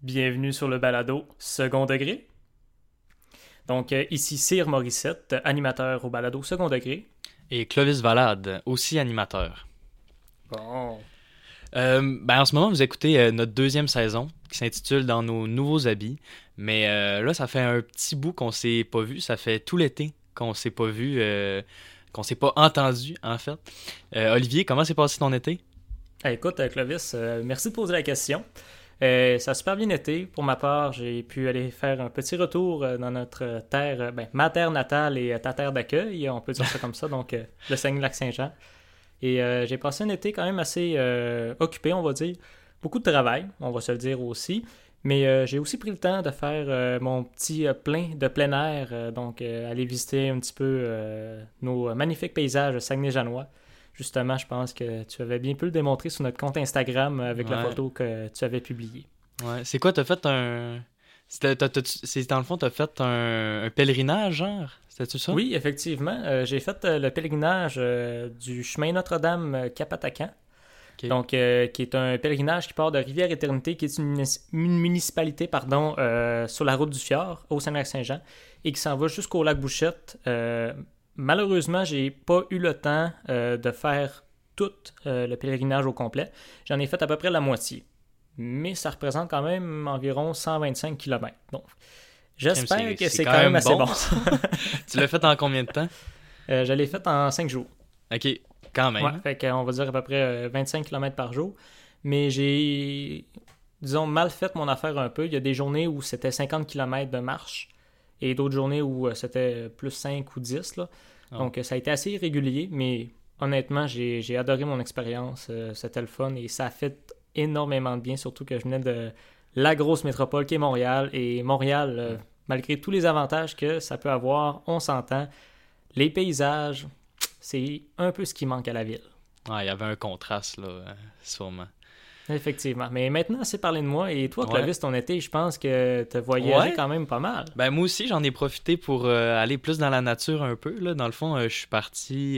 Bienvenue sur le balado Second Degré. Donc, ici Cyr Morissette, animateur au balado Second Degré. Et Clovis Valade, aussi animateur. Bon. En ce moment, vous écoutez notre deuxième saison qui s'intitule Dans nos nouveaux habits. Mais là, ça fait un petit bout qu'on s'est pas vu. Ça fait tout l'été qu'on s'est pas vu, qu'on s'est pas entendu, en fait. Olivier, comment s'est passé ton été? Écoute, Clovis, merci de poser la question. Ça a super bien été. Pour ma part, j'ai pu aller faire un petit retour dans notre terre, ma terre natale et ta terre d'accueil, on peut dire ça comme ça, donc le Saguenay-Lac-Saint-Jean. Et j'ai passé un été quand même assez occupé, on va dire. Beaucoup de travail, on va se le dire aussi. Mais j'ai aussi pris le temps de faire mon petit plein air, aller visiter un petit peu nos magnifiques paysages saguenay-janois. Justement, je pense que tu avais bien pu le démontrer sur notre compte Instagram avec la photo que tu avais publiée. Ouais. C'est quoi, t'as fait un... Dans le fond, t'as fait un pèlerinage, genre? C'était-tu ça? Oui, effectivement. J'ai fait le pèlerinage du chemin Notre-Dame-Capatacan. Okay. Donc, qui est un pèlerinage qui part de Rivière-Éternité, qui est une municipalité sur la route du Fjord, au Saguenay-Lac-Saint-Jean, et qui s'en va jusqu'au lac Bouchette. Malheureusement, j'ai pas eu le temps de faire tout le pèlerinage au complet. J'en ai fait à peu près la moitié. Mais ça représente quand même environ 125 km. Donc, j'espère que c'est quand même assez bon. Tu l'as fait en combien de temps? Je l'ai fait en 5 jours. OK, quand même. Ouais, fait qu'on va dire à peu près 25 km par jour. Mais j'ai, disons, mal fait mon affaire un peu. Il y a des journées où c'était 50 km de marche et d'autres journées où c'était plus 5 ou 10. Là. Oh. Donc, ça a été assez irrégulier, mais honnêtement, j'ai adoré mon expérience. C'était le fun et ça a fait énormément de bien, surtout que je venais de la grosse métropole qui est Montréal. Et Montréal, malgré tous les avantages que ça peut avoir, on s'entend, les paysages, c'est un peu ce qui manque à la ville. Ouais, il y avait un contraste, là, sûrement. Effectivement. Mais maintenant, c'est parlé de moi. Et toi, Clovis, ton été, je pense que tu as voyagé quand même pas mal. Ben, moi aussi, j'en ai profité pour aller plus dans la nature un peu. Là. Dans le fond, je suis parti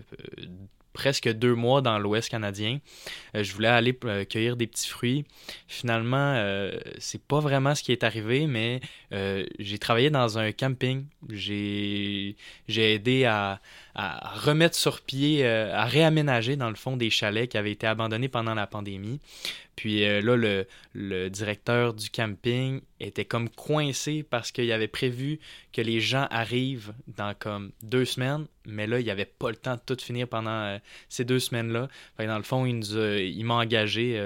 presque 2 mois dans l'Ouest canadien. Je voulais aller cueillir des petits fruits. Finalement, c'est pas vraiment ce qui est arrivé, mais j'ai travaillé dans un camping. J'ai aidé à remettre sur pied, à réaménager dans le fond des chalets qui avaient été abandonnés pendant la pandémie. Puis là, le directeur du camping était comme coincé parce qu'il avait prévu que les gens arrivent dans comme 2 semaines, mais là, il n'avait pas le temps de tout finir pendant ces 2 semaines-là. Fait que dans le fond, il m'a engagé,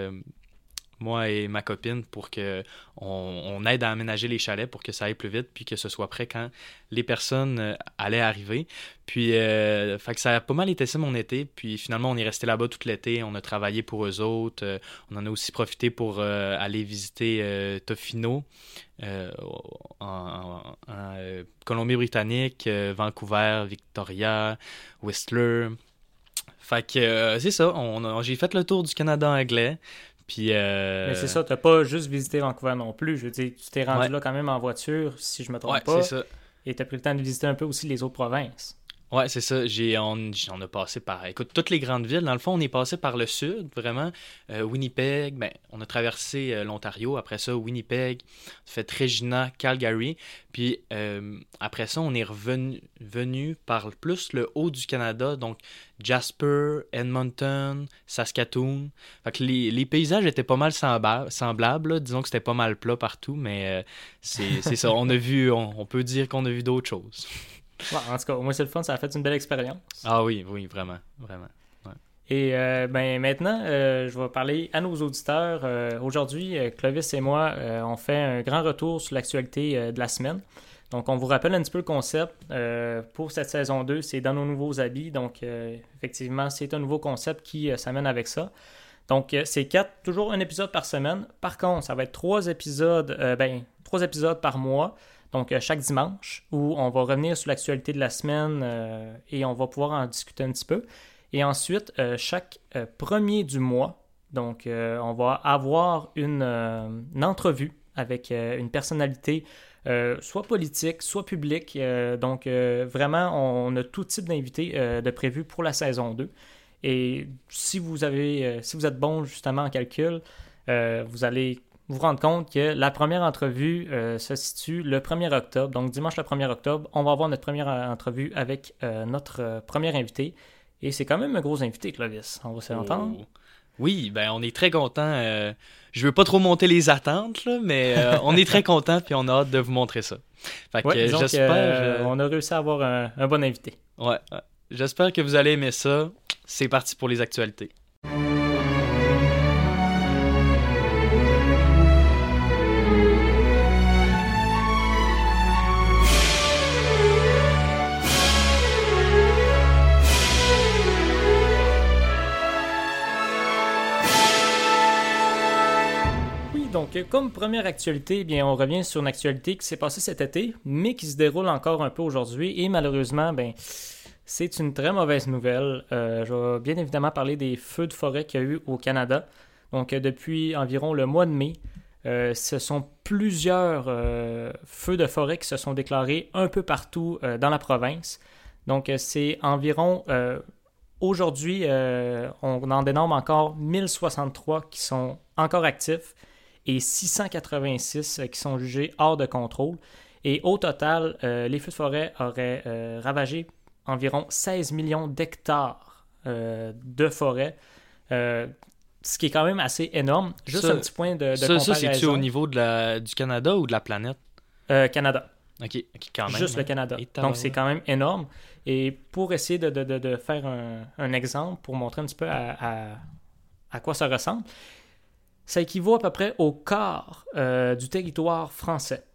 moi et ma copine, pour qu'on aide à aménager les chalets pour que ça aille plus vite puis que ce soit prêt quand les personnes allaient arriver. Puis, fait que ça a pas mal été ça mon été. Puis finalement, on est resté là-bas tout l'été. On a travaillé pour eux autres. On en a aussi profité pour aller visiter Tofino en Colombie-Britannique, Vancouver, Victoria, Whistler. Fait que c'est ça. J'ai fait le tour du Canada anglais. Puis Mais c'est ça, t'as pas juste visité Vancouver non plus. Je veux dire, tu t'es rendu là quand même en voiture, si je me trompe pas. C'est ça. Et t'as pris le temps de visiter un peu aussi les autres provinces. Ouais, c'est ça. On a passé par... Écoute, toutes les grandes villes. Dans le fond, on est passé par le sud, vraiment. Winnipeg, on a traversé l'Ontario. Après ça, Winnipeg, on a fait Regina, Calgary. Puis après ça, on est revenu par plus le haut du Canada. Donc, Jasper, Edmonton, Saskatoon. Fait que les paysages étaient pas mal semblables. Là. Disons que c'était pas mal plat partout, mais c'est ça. On peut dire qu'on a vu d'autres choses. Ouais, en tout cas, au moins c'est le fun, ça a fait une belle expérience. Ah oui, vraiment. Ouais. Et maintenant, je vais parler à nos auditeurs. Aujourd'hui, Clovis et moi, on fait un grand retour sur l'actualité de la semaine. Donc, on vous rappelle un petit peu le concept pour cette saison 2, c'est dans nos nouveaux habits. Donc, effectivement, c'est un nouveau concept qui s'amène avec ça. Donc, c'est toujours un épisode par semaine. Par contre, ça va être 3 épisodes par mois. Donc, chaque dimanche, où on va revenir sur l'actualité de la semaine et on va pouvoir en discuter un petit peu. Et ensuite, chaque premier du mois, donc on va avoir une entrevue avec une personnalité, soit politique, soit publique. Donc, vraiment, on a tout type d'invités de prévus pour la saison 2. Et si vous êtes bon justement en calcul, vous allez vous rendre compte que la première entrevue se situe le 1er octobre. Donc, dimanche le 1er octobre, on va avoir notre première entrevue avec notre premier invité. Et c'est quand même un gros invité, Clovis. On va s'entendre. Oui, ben on est très content. Je veux pas trop monter les attentes, là, mais on est très content puis on a hâte de vous montrer ça. Fait que j'espère. On a réussi à avoir un bon invité. Ouais. J'espère que vous allez aimer ça. C'est parti pour les actualités. Donc, comme première actualité, eh bien, on revient sur une actualité qui s'est passée cet été, mais qui se déroule encore un peu aujourd'hui. Et malheureusement, c'est une très mauvaise nouvelle. Je vais bien évidemment parler des feux de forêt qu'il y a eu au Canada. Donc, depuis environ le mois de mai, ce sont plusieurs feux de forêt qui se sont déclarés un peu partout dans la province. Donc, c'est environ... aujourd'hui, on en dénombre encore 1063 qui sont encore actifs et 686 qui sont jugés hors de contrôle. Et au total, les feux de forêt auraient ravagé environ 16 millions d'hectares de forêt, ce qui est quand même assez énorme. Juste un petit point de comparaison. Ça, c'est-tu au niveau du Canada ou de la planète? Canada. OK, quand même. Juste le Canada. Donc, c'est quand même énorme. Et pour essayer de faire un exemple, pour montrer un petit peu à quoi ça ressemble, ça équivaut à peu près au quart du territoire français.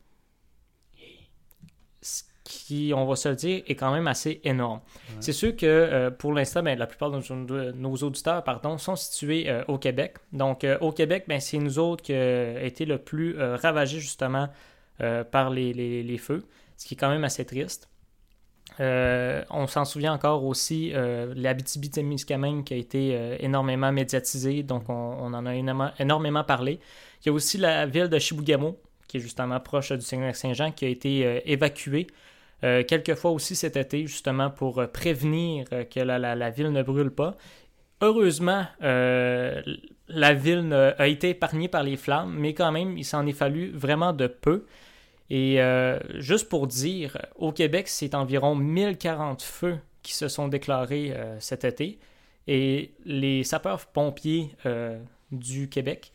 Ce qui, on va se le dire, est quand même assez énorme. Ouais. C'est sûr que pour l'instant, la plupart de nos auditeurs sont situés au Québec. Donc, au Québec, c'est nous autres qui a été le plus ravagé justement par les feux, ce qui est quand même assez triste. On s'en souvient encore aussi, l'Abitibi-Témiscamingue qui a été énormément médiatisé, donc on en a énormément parlé. Il y a aussi la ville de Chibougamau, qui est justement proche du Saguenay-Lac-Saint-Jean, qui a été évacuée quelques fois aussi cet été, justement pour prévenir que la ville ne brûle pas. Heureusement, la ville a été épargnée par les flammes, mais quand même, il s'en est fallu vraiment de peu. Et juste pour dire, au Québec, c'est environ 1040 feux qui se sont déclarés cet été. Et les sapeurs-pompiers du Québec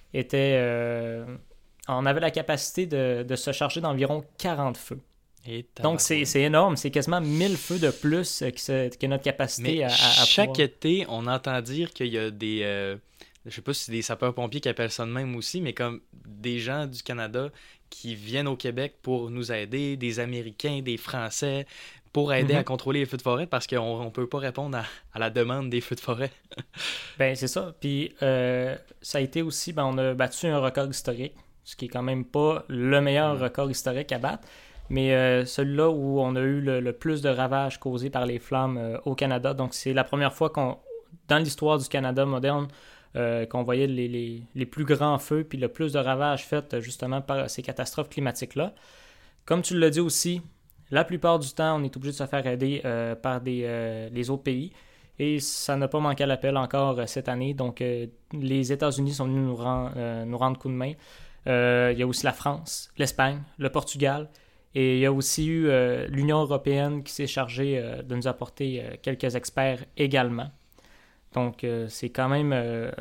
on avait la capacité de se charger d'environ 40 feux. Donc, c'est énorme. C'est quasiment 1000 feux de plus que notre capacité à chaque été, on entend dire qu'il y a des... je sais pas si c'est des sapeurs-pompiers qui appellent ça de même aussi, mais comme des gens du Canada qui viennent au Québec pour nous aider, des Américains, des Français, pour aider à contrôler les feux de forêt, parce qu'on ne peut pas répondre à la demande des feux de forêt. C'est ça. Puis ça a été aussi, on a battu un record historique, ce qui est quand même pas le meilleur record historique à battre, mais celui-là où on a eu le plus de ravages causés par les flammes au Canada. Donc c'est la première fois dans l'histoire du Canada moderne, qu'on voyait les plus grands feux puis le plus de ravages faits justement par ces catastrophes climatiques-là. Comme tu l'as dit aussi, la plupart du temps, on est obligé de se faire aider par les autres pays et ça n'a pas manqué à l'appel encore cette année. Donc, les États-Unis sont venus nous rendre coup de main. Il y a aussi la France, l'Espagne, le Portugal et il y a aussi eu l'Union européenne qui s'est chargée de nous apporter quelques experts également. Donc, c'est quand même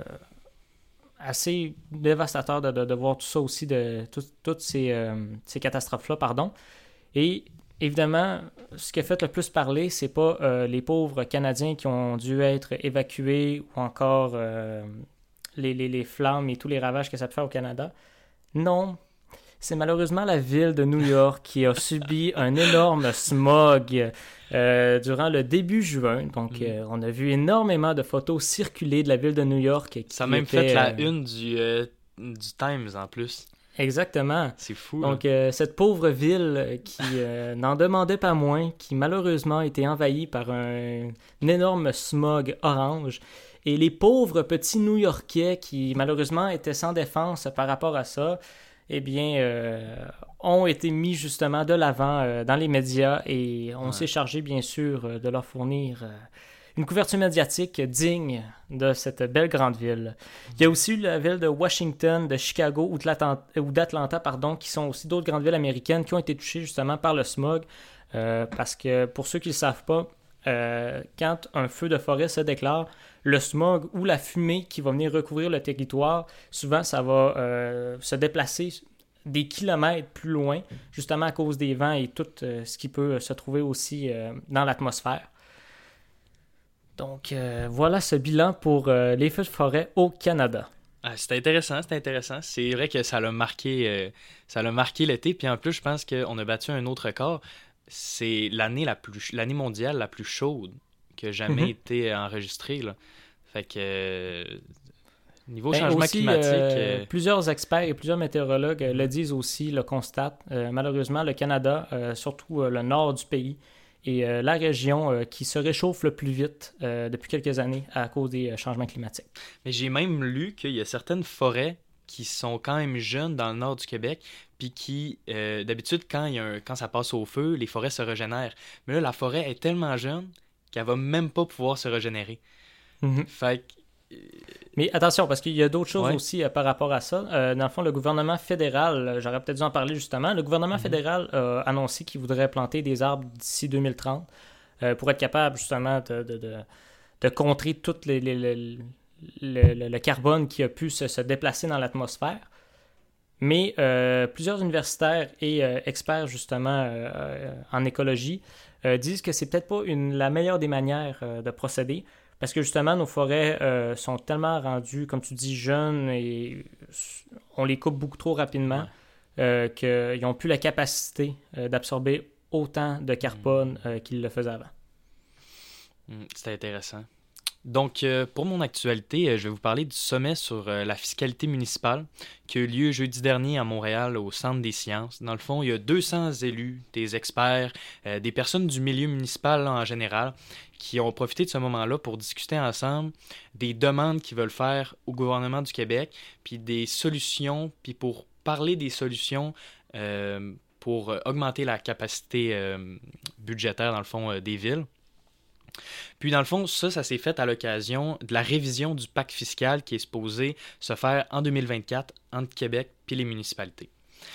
assez dévastateur de voir tout ça aussi, toutes ces catastrophes-là, Et évidemment, ce qui a fait le plus parler, c'est pas les pauvres Canadiens qui ont dû être évacués ou encore les flammes et tous les ravages que ça peut faire au Canada. Non, c'est malheureusement la ville de New York qui a subi un énorme smog durant le début juin. Donc, on a vu énormément de photos circuler de la ville de New York. Ça a même fait la une du Times en plus. Exactement. C'est fou. Donc, cette pauvre ville qui n'en demandait pas moins, qui malheureusement a été envahie par un énorme smog orange. Et les pauvres petits New-Yorkais qui malheureusement étaient sans défense par rapport à ça, ont été mis justement de l'avant dans les médias et on s'est chargé bien sûr de leur fournir une couverture médiatique digne de cette belle grande ville. Il y a aussi eu la ville de Washington, de Chicago ou d'Atlanta, qui sont aussi d'autres grandes villes américaines qui ont été touchées justement par le smog. Parce que pour ceux qui ne le savent pas, quand un feu de forêt se déclare, le smog ou la fumée qui va venir recouvrir le territoire, souvent ça va se déplacer des kilomètres plus loin, justement à cause des vents et tout ce qui peut se trouver aussi dans l'atmosphère. Donc voilà ce bilan pour les feux de forêt au Canada. Ah, c'est intéressant. C'est vrai que ça l'a marqué l'été. Puis en plus, je pense qu'on a battu un autre record. C'est l'année mondiale la plus chaude qui a jamais été enregistrée, là. Fait que niveau changement climatique... plusieurs experts et plusieurs météorologues le disent aussi, le constatent. Malheureusement, le Canada, surtout le nord du pays, est la région qui se réchauffe le plus vite depuis quelques années à cause des changements climatiques. Mais j'ai même lu qu'il y a certaines forêts qui sont quand même jeunes dans le nord du Québec, puis qui, d'habitude, quand ça passe au feu, les forêts se régénèrent. Mais là, la forêt est tellement jeune qu'elle va même pas pouvoir se régénérer. Mm-hmm. Fait que... Mais attention, parce qu'il y a d'autres choses aussi par rapport à ça. Dans le fond, le gouvernement fédéral, j'aurais peut-être dû en parler justement, le gouvernement fédéral a annoncé qu'il voudrait planter des arbres d'ici 2030 pour être capable justement de contrer tout le carbone qui a pu se déplacer dans l'atmosphère. Mais plusieurs universitaires et experts justement en écologie disent que c'est peut-être pas la meilleure des manières de procéder. Parce que justement, nos forêts sont tellement rendues, comme tu dis, jeunes et on les coupe beaucoup trop rapidement qu'ils n'ont plus la capacité d'absorber autant de carbone qu'ils le faisaient avant. C'était intéressant. Donc, pour mon actualité, je vais vous parler du sommet sur la fiscalité municipale qui a eu lieu jeudi dernier à Montréal au Centre des sciences. Dans le fond, il y a 200 élus, des experts, des personnes du milieu municipal là, en général, qui ont profité de ce moment-là pour discuter ensemble des demandes qu'ils veulent faire au gouvernement du Québec, puis des solutions, puis pour parler des solutions pour augmenter la capacité budgétaire, dans le fond, des villes. Puis, dans le fond, ça s'est fait à l'occasion de la révision du pacte fiscal qui est supposé se faire en 2024 entre Québec puis les municipalités.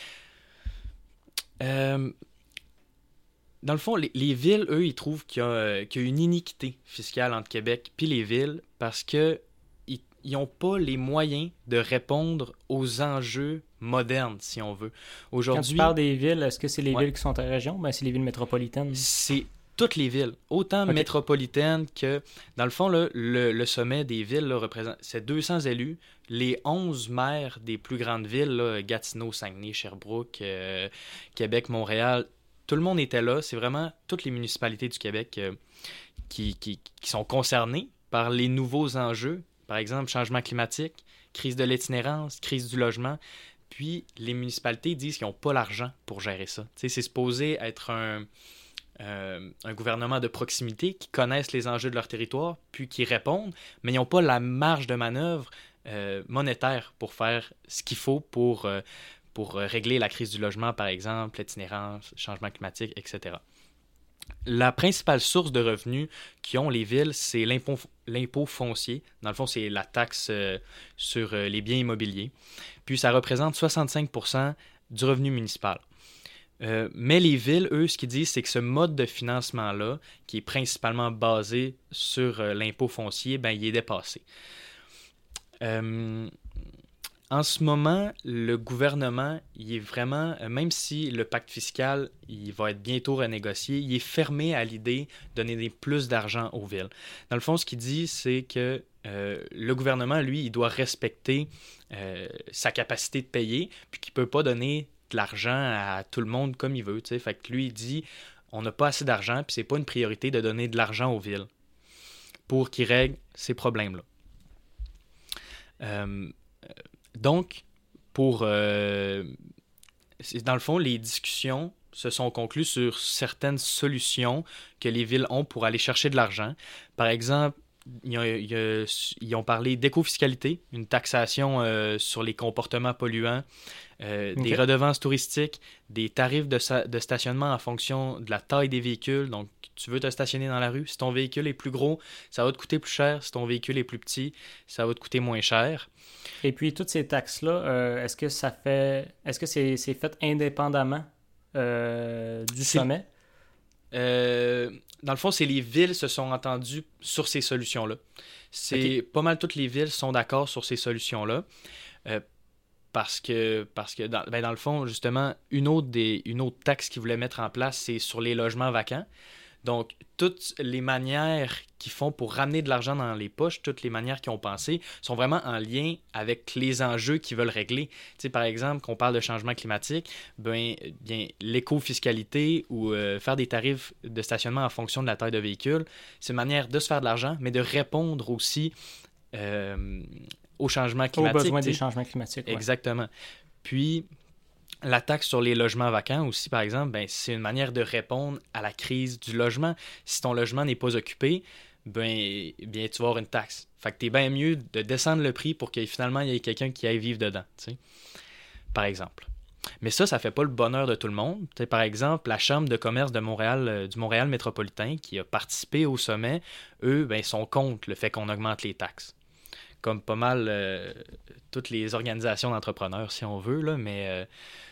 Dans le fond, les villes, eux, ils trouvent qu'il y a une iniquité fiscale entre Québec puis les villes parce qu'ils n'ont pas les moyens de répondre aux enjeux modernes, si on veut. Aujourd'hui, quand tu parles des villes, est-ce que c'est les villes qui sont en région? Ben, c'est les villes métropolitaines. C'est toutes les villes, autant métropolitaines que... Dans le fond, là, le sommet des villes là, représente... C'est 200 élus, les 11 maires des plus grandes villes, là, Gatineau, Saguenay, Sherbrooke, Québec, Montréal, tout le monde était là. C'est vraiment toutes les municipalités du Québec qui sont concernées par les nouveaux enjeux. Par exemple, changement climatique, crise de l'itinérance, crise du logement. Puis, les municipalités disent qu'ils n'ont pas l'argent pour gérer ça. T'sais, c'est supposé être un gouvernement de proximité qui connaissent les enjeux de leur territoire, puis qui répondent, mais ils n'ont pas la marge de manœuvre monétaire pour faire ce qu'il faut pour régler la crise du logement, par exemple, l'itinérance, changement climatique, etc. La principale source de revenus qu'ont les villes, c'est l'impôt foncier. Dans le fond, c'est la taxe sur les biens immobiliers. Puis ça représente 65% du revenu municipal. Mais les villes, eux, ce qu'ils disent, c'est que ce mode de financement-là, qui est principalement basé sur l'impôt foncier, ben, il est dépassé. En ce moment, le gouvernement, il est vraiment, même si le pacte fiscal, il va être bientôt renégocié, il est fermé à l'idée de donner plus d'argent aux villes. Dans le fond, ce qu'il dit, c'est que le gouvernement, lui, il doit respecter sa capacité de payer, puis qu'il ne peut pas donner de l'argent à tout le monde comme il veut. T'sais. Fait que lui, il dit, on n'a pas assez d'argent, puis c'est pas une priorité de donner de l'argent aux villes pour qu'ils règlent ces problèmes-là. Donc, dans le fond, les discussions se sont conclues sur certaines solutions que les villes ont pour aller chercher de l'argent. Par exemple, ils ont parlé d'éco-fiscalité, une taxation sur les comportements polluants, des redevances touristiques, des tarifs de stationnement en fonction de la taille des véhicules. Donc, tu veux te stationner dans la rue, si ton véhicule est plus gros, ça va te coûter plus cher. Si ton véhicule est plus petit, ça va te coûter moins cher. Et puis, toutes ces taxes-là, est-ce que c'est fait indépendamment du sommet? Dans le fond, c'est les villes se sont entendues sur ces solutions-là. Pas mal toutes les villes sont d'accord sur ces solutions-là. Parce que dans le fond, justement, une autre taxe qu'ils voulaient mettre en place, c'est sur les logements vacants. Donc, toutes les manières qu'ils font pour ramener de l'argent dans les poches, toutes les manières qu'ils ont pensé, sont vraiment en lien avec les enjeux qu'ils veulent régler. Tu sais, par exemple, qu'on parle de changement climatique, bien l'éco-fiscalité ou faire des tarifs de stationnement en fonction de la taille de véhicule, c'est une manière de se faire de l'argent, mais de répondre aussi au changement climatique. Aux besoins des changements climatiques. Ouais. Exactement. Puis, la taxe sur les logements vacants aussi, par exemple, ben, c'est une manière de répondre à la crise du logement. Si ton logement n'est pas occupé, ben, tu vas avoir une taxe. Fait que t'es bien mieux de descendre le prix pour que finalement il y ait quelqu'un qui aille vivre dedans, tu sais, par exemple. Mais ça fait pas le bonheur de tout le monde. Tu sais, par exemple, la Chambre de commerce de Montréal, du Montréal métropolitain, qui a participé au sommet, eux, ben, sont contre le fait qu'on augmente les taxes. Comme pas mal toutes les organisations d'entrepreneurs, si on veut, là, mais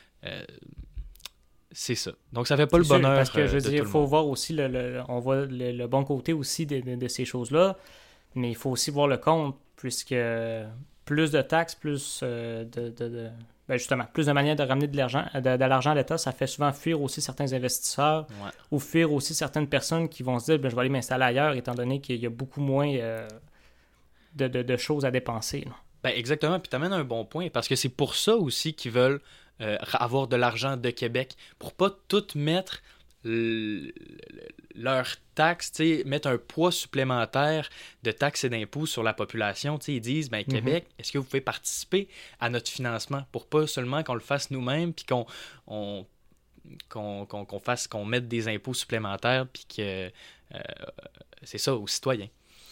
c'est ça. Donc, ça fait pas le bonheur parce que, je veux de dire, tout le faut monde. voir aussi, on voit le bon côté aussi de ces choses-là, mais il faut aussi voir le contre, puisque plus de taxes, plus ben justement, plus de manières de ramener de l'argent à l'État, ça fait souvent fuir aussi certains investisseurs ou fuir aussi certaines personnes qui vont se dire, ben, je vais aller m'installer ailleurs, étant donné qu'il y a beaucoup moins de choses à dépenser. Là. Ben exactement, puis tu amènes un bon point, parce que c'est pour ça aussi qu'ils veulent avoir de l'argent de Québec, pour pas tout mettre leurs taxes, mettre un poids supplémentaire de taxes et d'impôts sur la population. Ils disent, ben Québec, est-ce que vous pouvez participer à notre financement, pour pas seulement qu'on le fasse nous-mêmes, puis qu'on mette des impôts supplémentaires, puis que c'est ça, aux citoyens.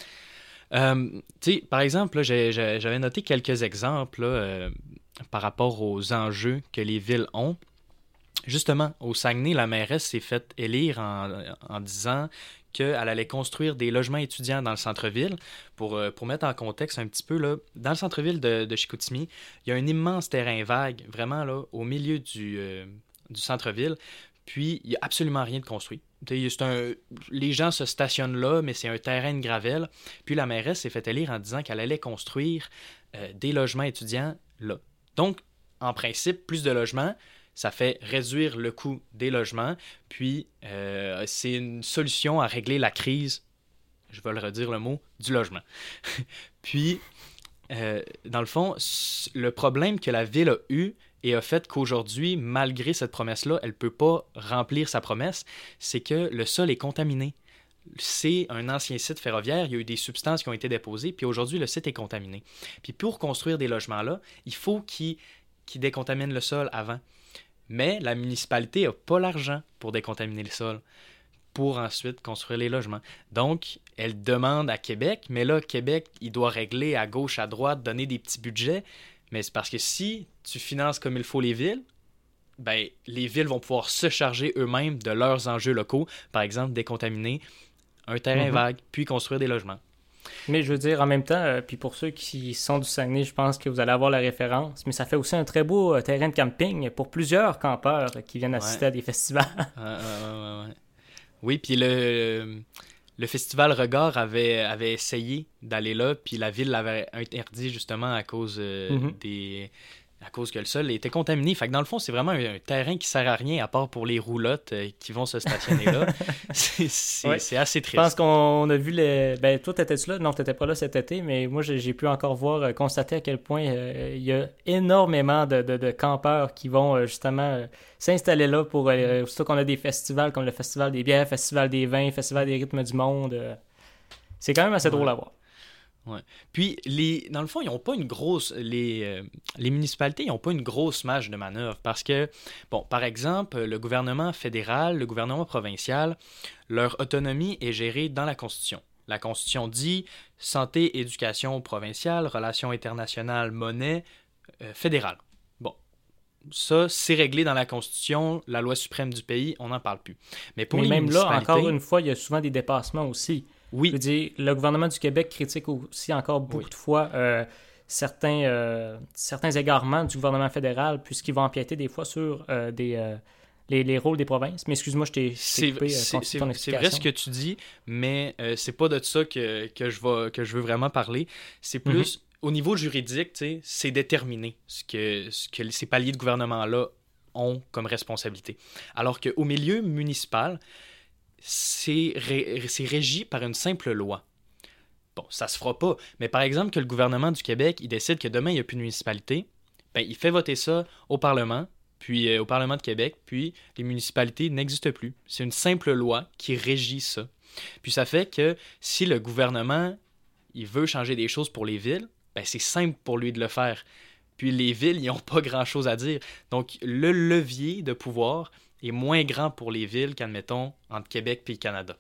Par exemple, là, j'avais noté quelques exemples là, par rapport aux enjeux que les villes ont. Justement, au Saguenay, la mairesse s'est faite élire en disant qu'elle allait construire des logements étudiants dans le centre-ville. Pour mettre en contexte un petit peu, là, dans le centre-ville de Chicoutimi, il y a un immense terrain vague, vraiment là, au milieu du centre-ville. Puis, il n'y a absolument rien de construit. Les gens se stationnent là, mais c'est un terrain de gravelle. Puis la mairesse s'est fait élire en disant qu'elle allait construire des logements étudiants là. Donc, en principe, plus de logements, ça fait réduire le coût des logements. Puis, c'est une solution à régler la crise, je vais le redire le mot, du logement. Puis, dans le fond, le problème que la ville a eu et a fait qu'aujourd'hui, malgré cette promesse-là, elle ne peut pas remplir sa promesse, c'est que le sol est contaminé. C'est un ancien site ferroviaire, il y a eu des substances qui ont été déposées, puis aujourd'hui, le site est contaminé. Puis pour construire des logements là, il faut qu'ils décontaminent le sol avant. Mais la municipalité n'a pas l'argent pour décontaminer le sol, pour ensuite construire les logements. Donc, elle demande à Québec, mais là, Québec, il doit régler à gauche, à droite, donner des petits budgets. Mais c'est parce que si tu finances comme il faut les villes, ben, les villes vont pouvoir se charger eux-mêmes de leurs enjeux locaux. Par exemple, décontaminer un terrain vague, puis construire des logements. Mais je veux dire, en même temps, puis pour ceux qui sont du Saguenay, je pense que vous allez avoir la référence, mais ça fait aussi un très beau terrain de camping pour plusieurs campeurs qui viennent assister à des festivals. Oui, puis le festival Regard avait essayé d'aller là, puis la ville l'avait interdit justement à cause à cause que le sol était contaminé. Fait que dans le fond, c'est vraiment un terrain qui sert à rien à part pour les roulottes qui vont se stationner là. C'est assez triste. Je pense qu'on a vu Ben, toi, t'étais-tu là? Non, t'étais pas là cet été, mais moi, j'ai pu encore constater à quel point il y a énormément de campeurs qui vont justement s'installer là pour... surtout qu'on a des festivals comme le Festival des bières, Festival des vins, Festival des rythmes du monde. C'est quand même assez drôle à voir. Ouais. Puis, dans le fond, ils n'ont pas une grosse... Les municipalités, ils n'ont pas une grosse marge de manœuvre parce que, bon, par exemple, le gouvernement fédéral, le gouvernement provincial, leur autonomie est gérée dans la Constitution. La Constitution dit santé, éducation provinciale, relations internationales, monnaie, fédérale. Bon, ça, c'est réglé dans la Constitution, la loi suprême du pays, on n'en parle plus. Mais pour Mais les même là, municipalités... encore une fois, il y a souvent des dépassements aussi. Oui. Je veux dire, le gouvernement du Québec critique aussi encore beaucoup de fois certains égarements du gouvernement fédéral, puisqu'ils vont empiéter des fois sur les rôles des provinces. Mais excuse-moi, je t'ai coupé. C'est vrai ce que tu dis, mais c'est pas de ça que je veux vraiment parler. C'est plus au niveau juridique, c'est déterminé ce que ces paliers de gouvernement-là ont comme responsabilité. Alors qu'au milieu municipal, c'est régi par une simple loi. Bon, ça se fera pas, mais par exemple que le gouvernement du Québec, il décide que demain, il n'y a plus de municipalité, ben, il fait voter ça au Parlement, puis au Parlement de Québec, puis les municipalités n'existent plus. C'est une simple loi qui régit ça. Puis ça fait que si le gouvernement, il veut changer des choses pour les villes, ben, c'est simple pour lui de le faire. Puis les villes, ils n'ont pas grand-chose à dire. Donc le levier de pouvoir est moins grand pour les villes qu'admettons entre Québec et le Canada.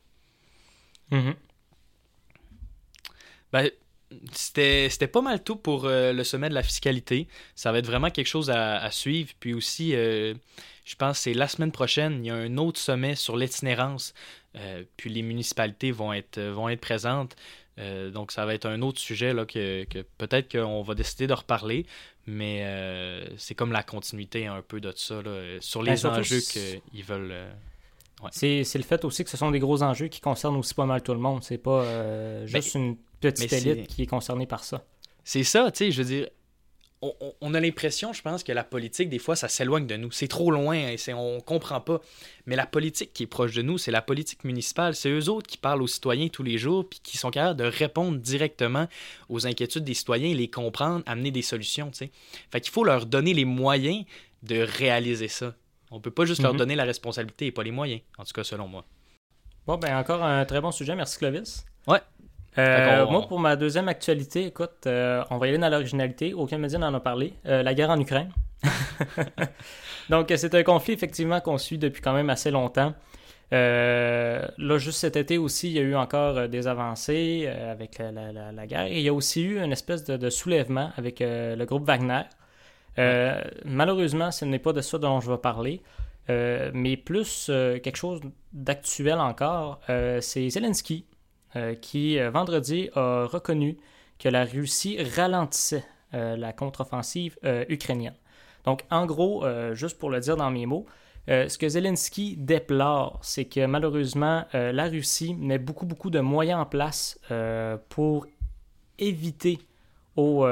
Ben, c'était pas mal tout pour le sommet de la fiscalité. Ça va être vraiment quelque chose à suivre. Puis aussi, je pense que c'est la semaine prochaine, il y a un autre sommet sur l'itinérance. Puis les municipalités vont être présentes. Donc ça va être un autre sujet là, que peut-être qu'on va décider de reparler. Mais c'est comme la continuité un peu de ça, là, sur les enjeux qu'ils veulent... Ouais. C'est le fait aussi que ce sont des gros enjeux qui concernent aussi pas mal tout le monde. C'est pas juste une petite élite qui est concernée par ça. C'est ça, tu sais, je veux dire, on a l'impression, je pense, que la politique, des fois, ça s'éloigne de nous. C'est trop loin, on comprend pas. Mais la politique qui est proche de nous, c'est la politique municipale. C'est eux autres qui parlent aux citoyens tous les jours puis qui sont capables de répondre directement aux inquiétudes des citoyens, les comprendre, amener des solutions, tu sais. Fait qu'il faut leur donner les moyens de réaliser ça. On peut pas juste leur donner la responsabilité et pas les moyens, en tout cas selon moi. Bon, ben encore un très bon sujet. Merci Clovis. Ouais. Moi, pour ma deuxième actualité, écoute, on va y aller dans l'originalité. Aucun média n'en a parlé. La guerre en Ukraine. Donc, c'est un conflit, effectivement, qu'on suit depuis quand même assez longtemps. Là, juste cet été aussi, il y a eu encore des avancées avec la guerre. Et il y a aussi eu une espèce de soulèvement avec le groupe Wagner. Malheureusement, ce n'est pas de ça dont je vais parler. Mais plus quelque chose d'actuel encore, c'est Zelensky qui, vendredi, a reconnu que la Russie ralentissait la contre-offensive ukrainienne. Donc, en gros, juste pour le dire dans mes mots, ce que Zelensky déplore, c'est que malheureusement, la Russie met beaucoup de moyens en place pour éviter aux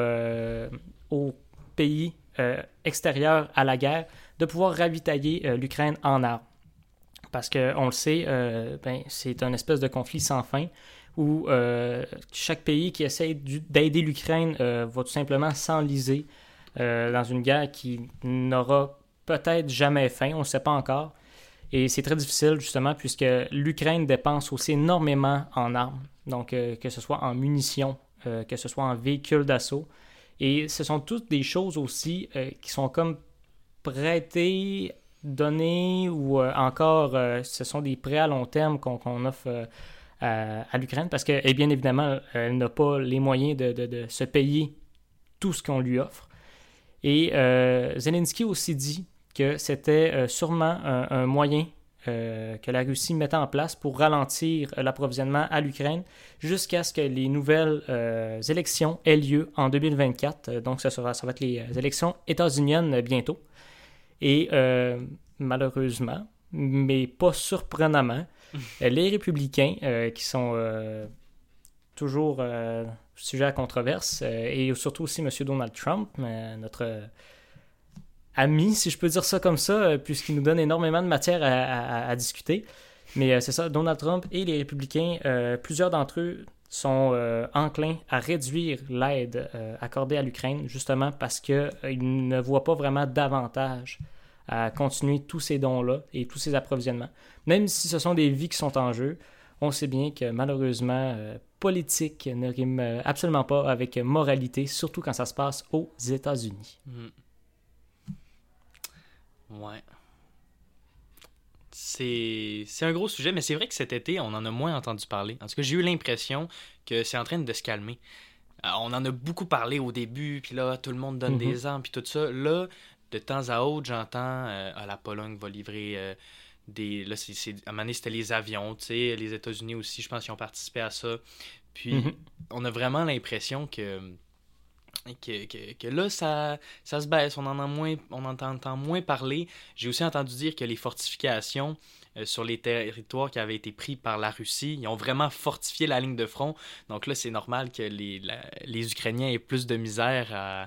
pays extérieurs à la guerre de pouvoir ravitailler l'Ukraine en armes. Parce qu'on le sait, c'est un espèce de conflit sans fin où chaque pays qui essaie d'aider l'Ukraine va tout simplement s'enliser dans une guerre qui n'aura peut-être jamais fin, on ne sait pas encore. Et c'est très difficile justement puisque l'Ukraine dépense aussi énormément en armes, donc que ce soit en munitions, que ce soit en véhicules d'assaut. Et ce sont toutes des choses aussi qui sont comme prêtées, données ou encore ce sont des prêts à long terme qu'on offre à l'Ukraine parce que, bien évidemment, elle n'a pas les moyens de se payer tout ce qu'on lui offre. Et Zelensky aussi dit que c'était sûrement un moyen que la Russie mettait en place pour ralentir l'approvisionnement à l'Ukraine jusqu'à ce que les nouvelles élections aient lieu en 2024. Donc, ça va être les élections états-uniennes bientôt. Et malheureusement, mais pas surprenamment, les républicains qui sont toujours sujets à controverse et surtout aussi M. Donald Trump, notre ami, si je peux dire ça comme ça, puisqu'il nous donne énormément de matière à discuter. Mais c'est ça, Donald Trump et les républicains, plusieurs d'entre eux sont enclins à réduire l'aide accordée à l'Ukraine, justement parce qu'ils ne voient pas vraiment d'avantage à continuer tous ces dons-là et tous ces approvisionnements. Même si ce sont des vies qui sont en jeu, on sait bien que malheureusement, politique ne rime absolument pas avec moralité, surtout quand ça se passe aux États-Unis. Ouais. c'est un gros sujet, mais c'est vrai que cet été, on en a moins entendu parler. En tout cas, j'ai eu l'impression que c'est en train de se calmer. On en a beaucoup parlé au début, puis là, tout le monde donne des armes, puis tout ça. Là, de temps à autre, j'entends la Pologne va livrer Là, à un moment donné, c'était les avions, tu sais. Les États-Unis aussi, je pense qu'ils ont participé à ça. Puis, on a vraiment l'impression que là, ça se baisse. On entend moins parler. J'ai aussi entendu dire que les fortifications sur les territoires qui avaient été pris par la Russie, ils ont vraiment fortifié la ligne de front. Donc là, c'est normal que les Ukrainiens aient plus de misère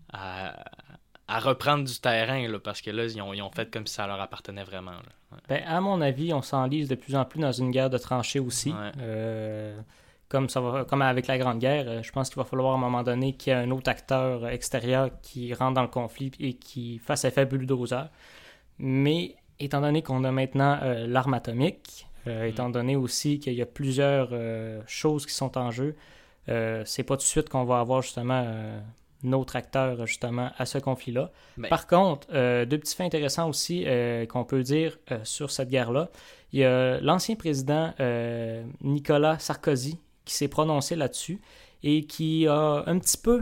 à reprendre du terrain, là, parce que là, ils ont fait comme si ça leur appartenait vraiment. Là. Ouais. Ben, à mon avis, on s'enlise de plus en plus dans une guerre de tranchées aussi. Ouais. Comme avec la Grande Guerre, je pense qu'il va falloir à un moment donné qu'il y ait un autre acteur extérieur qui rentre dans le conflit et qui fasse effet bulldozer. Mais étant donné qu'on a maintenant l'arme atomique, étant donné aussi qu'il y a plusieurs choses qui sont en jeu, c'est pas tout de suite qu'on va avoir justement notre acteur justement à ce conflit-là. Ben. Par contre, deux petits faits intéressants aussi qu'on peut dire sur cette guerre-là. Il y a l'ancien président Nicolas Sarkozy qui s'est prononcé là-dessus et qui a un petit peu,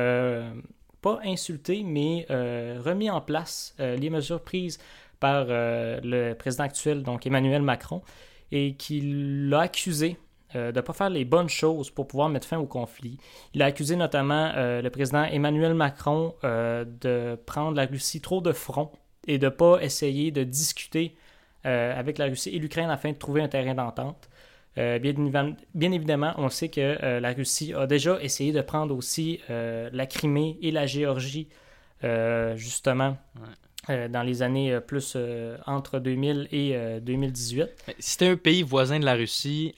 pas insulté, mais remis en place les mesures prises par le président actuel, donc Emmanuel Macron, et qui l'a accusé de ne pas faire les bonnes choses pour pouvoir mettre fin au conflit. Il a accusé notamment le président Emmanuel Macron de prendre la Russie trop de front et de ne pas essayer de discuter avec la Russie et l'Ukraine afin de trouver un terrain d'entente. Bien évidemment, on sait que la Russie a déjà essayé de prendre aussi la Crimée et la Géorgie, justement, dans les années plus entre 2000 et 2018. Si c'était un pays voisin de la Russie,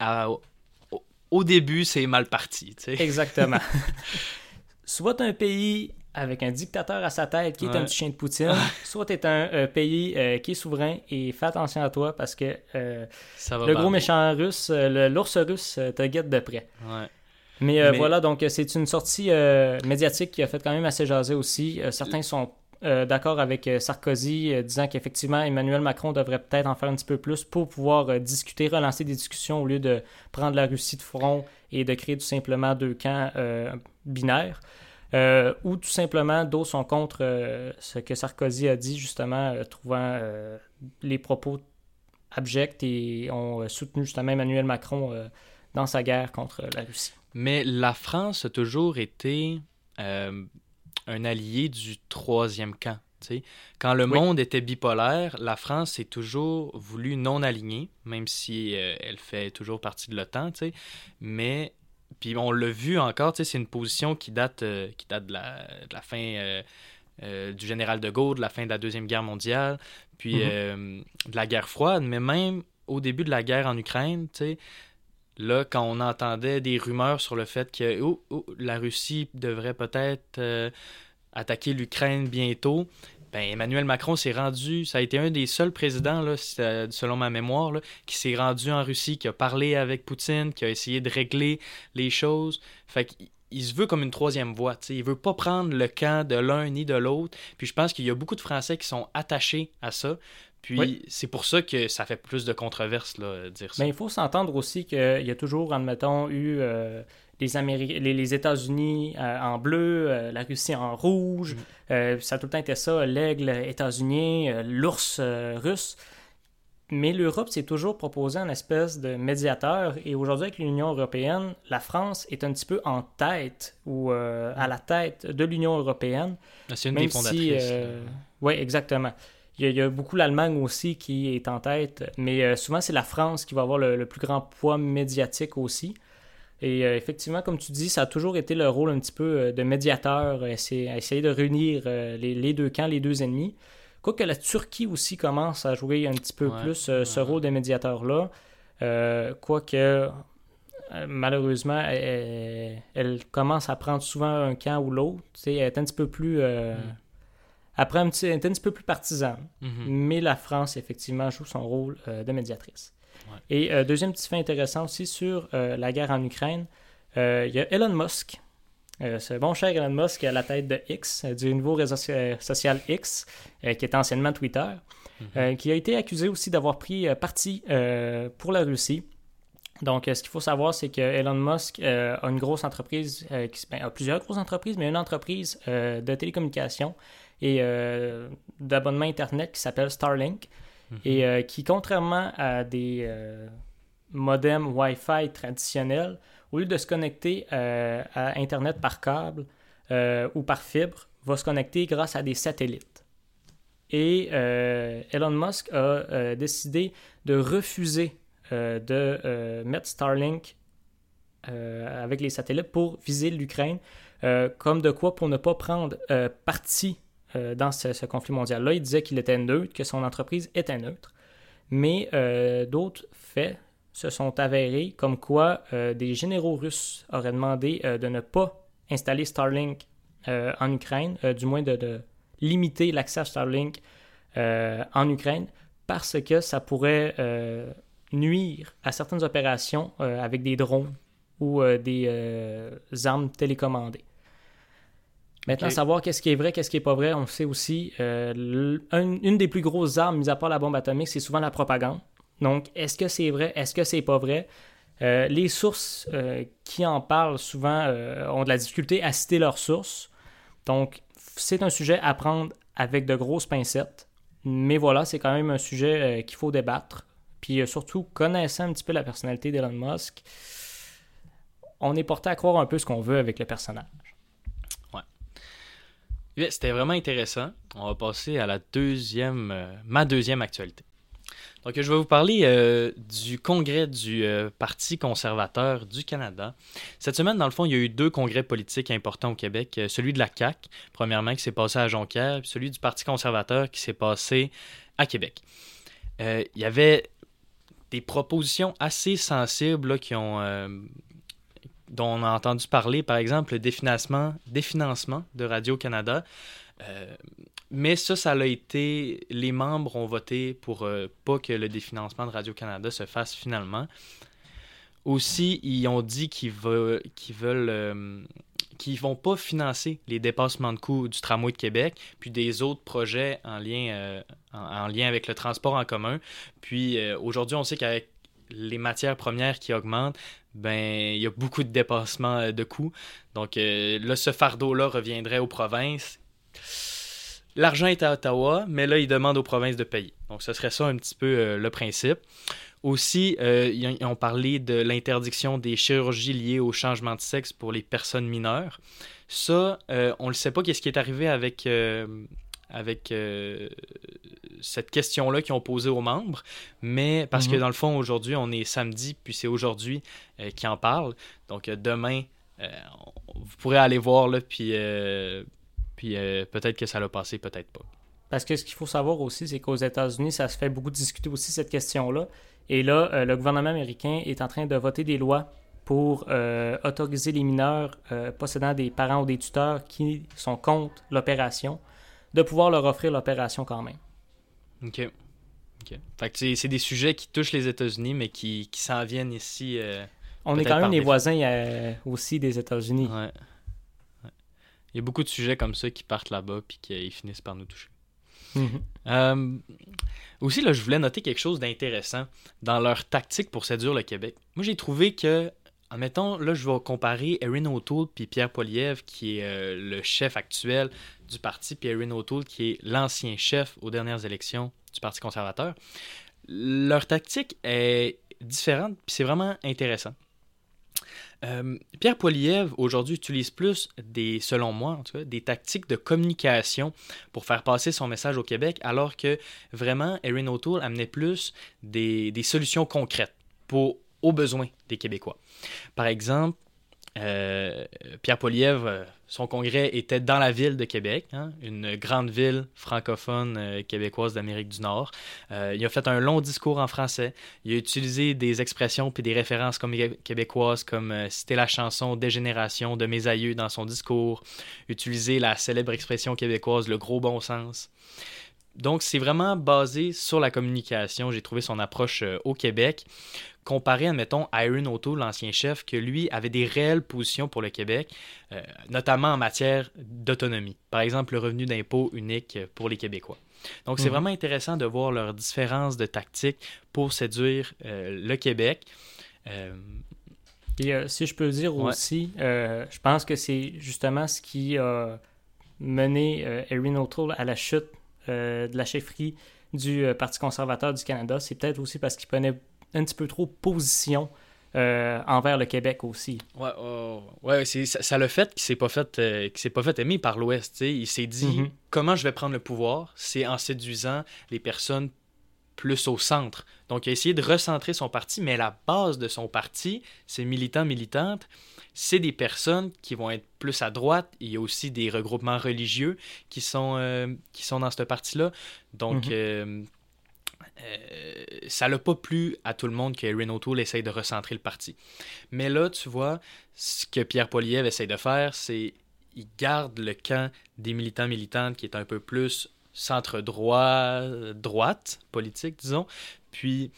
au début, c'est mal parti. Tu sais. Exactement. Soit un pays avec un dictateur à sa tête qui est un petit chien de Poutine, soit tu es un pays qui est souverain et fais attention à toi parce que le gros méchant russe, l'ours russe te guette de près. Ouais. Mais voilà, donc c'est une sortie médiatique qui a fait quand même assez jaser aussi. Certains sont d'accord avec Sarkozy, disant qu'effectivement Emmanuel Macron devrait peut-être en faire un petit peu plus pour pouvoir discuter, relancer des discussions au lieu de prendre la Russie de front et de créer tout simplement deux camps binaires. Ou tout simplement, d'autres sont contre ce que Sarkozy a dit, justement, trouvant les propos abjects et ont soutenu justement Emmanuel Macron dans sa guerre contre la Russie. Mais la France a toujours été un allié du troisième camp. T'sais. Quand le monde était bipolaire, la France s'est toujours voulu non alignée, même si elle fait toujours partie de l'OTAN. Mais puis on l'a vu encore, c'est une position qui date de la fin du général de Gaulle, de la fin de la Deuxième Guerre mondiale, puis de la guerre froide, mais même au début de la guerre en Ukraine, là, quand on entendait des rumeurs sur le fait que la Russie devrait peut-être attaquer l'Ukraine bientôt, ben Emmanuel Macron s'est rendu, ça a été un des seuls présidents, là, selon ma mémoire, là, qui s'est rendu en Russie, qui a parlé avec Poutine, qui a essayé de régler les choses. Fait qu'il se veut comme une troisième voie. T'sais. Il veut pas prendre le camp de l'un ni de l'autre. Puis je pense qu'il y a beaucoup de Français qui sont attachés à ça. Puis c'est pour ça que ça fait plus de controverses, là, dire ça. Mais il faut s'entendre aussi qu'il y a toujours, admettons, eu les États-Unis en bleu, la Russie en rouge. Ça a tout le temps été ça, l'aigle états-unien, l'ours russe. Mais l'Europe s'est toujours proposée en espèce de médiateur. Et aujourd'hui, avec l'Union européenne, la France est un petit peu en tête ou à la tête de l'Union européenne. C'est une des fondatrices. Oui, exactement. Il y a beaucoup l'Allemagne aussi qui est en tête, mais souvent c'est la France qui va avoir le plus grand poids médiatique aussi. Et effectivement, comme tu dis, ça a toujours été le rôle un petit peu de médiateur, essayer de réunir les deux camps, les deux ennemis. Quoique la Turquie aussi commence à jouer un petit peu plus ce rôle de médiateur-là. Quoique, malheureusement, elle commence à prendre souvent un camp ou l'autre. Elle est un petit peu plus... Après, elle est un petit peu plus partisane. Mais la France, effectivement, joue son rôle de médiatrice. Ouais. Et deuxième petit fait intéressant aussi sur la guerre en Ukraine, il y a Elon Musk. Ce bon cher Elon Musk à la tête de X, du nouveau réseau social X, qui était anciennement Twitter. qui a été accusé aussi d'avoir pris parti pour la Russie. Donc, ce qu'il faut savoir, c'est que Elon Musk a une grosse entreprise, a plusieurs grosses entreprises, mais une entreprise de télécommunications et d'abonnement Internet qui s'appelle Starlink et qui, contrairement à des modems Wi-Fi traditionnels, au lieu de se connecter à Internet par câble ou par fibre, va se connecter grâce à des satellites. Et Elon Musk a décidé de refuser de mettre Starlink avec les satellites pour viser l'Ukraine, comme de quoi pour ne pas prendre parti dans ce conflit mondial-là. Il disait qu'il était neutre, que son entreprise était neutre, mais d'autres faits se sont avérés comme quoi des généraux russes auraient demandé de ne pas installer Starlink en Ukraine, du moins de limiter l'accès à Starlink en Ukraine, parce que ça pourrait nuire à certaines opérations avec des drones ou des armes télécommandées. Maintenant, savoir qu'est-ce qui est vrai, qu'est-ce qui n'est pas vrai, on sait aussi, une des plus grosses armes, mis à part la bombe atomique, c'est souvent la propagande. Donc, est-ce que c'est vrai, est-ce que c'est pas vrai? Les sources qui en parlent souvent ont de la difficulté à citer leurs sources. Donc, c'est un sujet à prendre avec de grosses pincettes. Mais voilà, c'est quand même un sujet qu'il faut débattre. Puis surtout, connaissant un petit peu la personnalité d'Elon Musk, on est porté à croire un peu ce qu'on veut avec le personnage. Ouais. C'était vraiment intéressant. On va passer à ma deuxième actualité. Donc, je vais vous parler du congrès du Parti conservateur du Canada. Cette semaine, dans le fond, il y a eu 2 congrès politiques importants au Québec. Celui de la CAQ, premièrement, qui s'est passé à Jonquière, puis celui du Parti conservateur qui s'est passé à Québec. Il y avait des propositions assez sensibles là, dont on a entendu parler, par exemple, le définancement de Radio-Canada. Mais ça l'a été... Les membres ont voté pour pas que le définancement de Radio-Canada se fasse finalement. Aussi, ils ont dit qu'ils vont pas financer les dépassements de coûts du tramway de Québec, puis des autres projets en lien avec le transport en commun. Puis aujourd'hui, on sait qu'avec les matières premières qui augmentent, ben il y a beaucoup de dépassements de coûts. Donc là, ce fardeau-là reviendrait aux provinces. L'argent est à Ottawa, mais là, ils demandent aux provinces de payer. Donc, ce serait ça un petit peu le principe. Aussi, ils ont parlé de l'interdiction des chirurgies liées au changement de sexe pour les personnes mineures. Ça, on ne sait pas qu'est-ce qui est arrivé avec cette question-là qu'ils ont posée aux membres, mais parce que dans le fond, aujourd'hui, on est samedi, puis c'est aujourd'hui qu'ils en parlent. Donc, demain, vous pourrez aller voir, là, puis peut-être que ça l'a passé, peut-être pas. Parce que ce qu'il faut savoir aussi, c'est qu'aux États-Unis, ça se fait beaucoup discuter aussi, cette question-là. Et là, le gouvernement américain est en train de voter des lois pour autoriser les mineurs possédant des parents ou des tuteurs qui sont contre l'opération, de pouvoir leur offrir l'opération quand même. OK. Fait que c'est des sujets qui touchent les États-Unis, mais qui s'en viennent ici. On est quand même les voisins aussi des États-Unis. Ouais. Il y a beaucoup de sujets comme ça qui partent là-bas puis qui finissent par nous toucher. Aussi, là, je voulais noter quelque chose d'intéressant dans leur tactique pour séduire le Québec. Moi, j'ai trouvé que, admettons, là, je vais comparer Erin O'Toole puis Pierre Poilievre, qui est le chef actuel du parti, puis Erin O'Toole, qui est l'ancien chef aux dernières élections du Parti conservateur. Leur tactique est différente, puis c'est vraiment intéressant. Pierre Poilievre, aujourd'hui, utilise plus selon moi, en tout cas, des tactiques de communication pour faire passer son message au Québec, alors que vraiment, Erin O'Toole amenait plus des solutions concrètes aux besoins des Québécois. Par exemple, Pierre Poilievre, son congrès était dans la ville de Québec, une grande ville francophone québécoise d'Amérique du Nord. Il a fait un long discours en français. Il a utilisé des expressions puis des références québécoises comme citer la chanson Dégénération de mes aïeux dans son discours, utiliser la célèbre expression québécoise le gros bon sens. Donc, c'est vraiment basé sur la communication. J'ai trouvé son approche au Québec, comparé, admettons, à Erin O'Toole, l'ancien chef, que lui avait des réelles positions pour le Québec, notamment en matière d'autonomie. Par exemple, le revenu d'impôt unique pour les Québécois. Donc, c'est vraiment intéressant de voir leurs différences de tactiques pour séduire le Québec. Et si je peux dire aussi, je pense que c'est justement ce qui a mené Erin O'Toole à la chute de la chefferie du Parti conservateur du Canada. C'est peut-être aussi parce qu'il prenait un petit peu trop position envers le Québec aussi. Ouais, ça l'a fait qu'il s'est pas fait aimer par l'Ouest. T'sais. Il s'est dit comment je vais prendre le pouvoir, c'est en séduisant les personnes plus au centre. Donc, il a essayé de recentrer son parti, mais la base de son parti, ses militants, militantes, c'est des personnes qui vont être plus à droite. Il y a aussi des regroupements religieux qui sont dans ce parti-là. Donc, ça l'a pas plu à tout le monde que Erin O'Toole essaye de recentrer le parti. Mais là, tu vois, ce que Pierre Poilievre essaye de faire, c'est il garde le camp des militants, militantes qui est un peu plus centre-droit, droite politique, disons, puis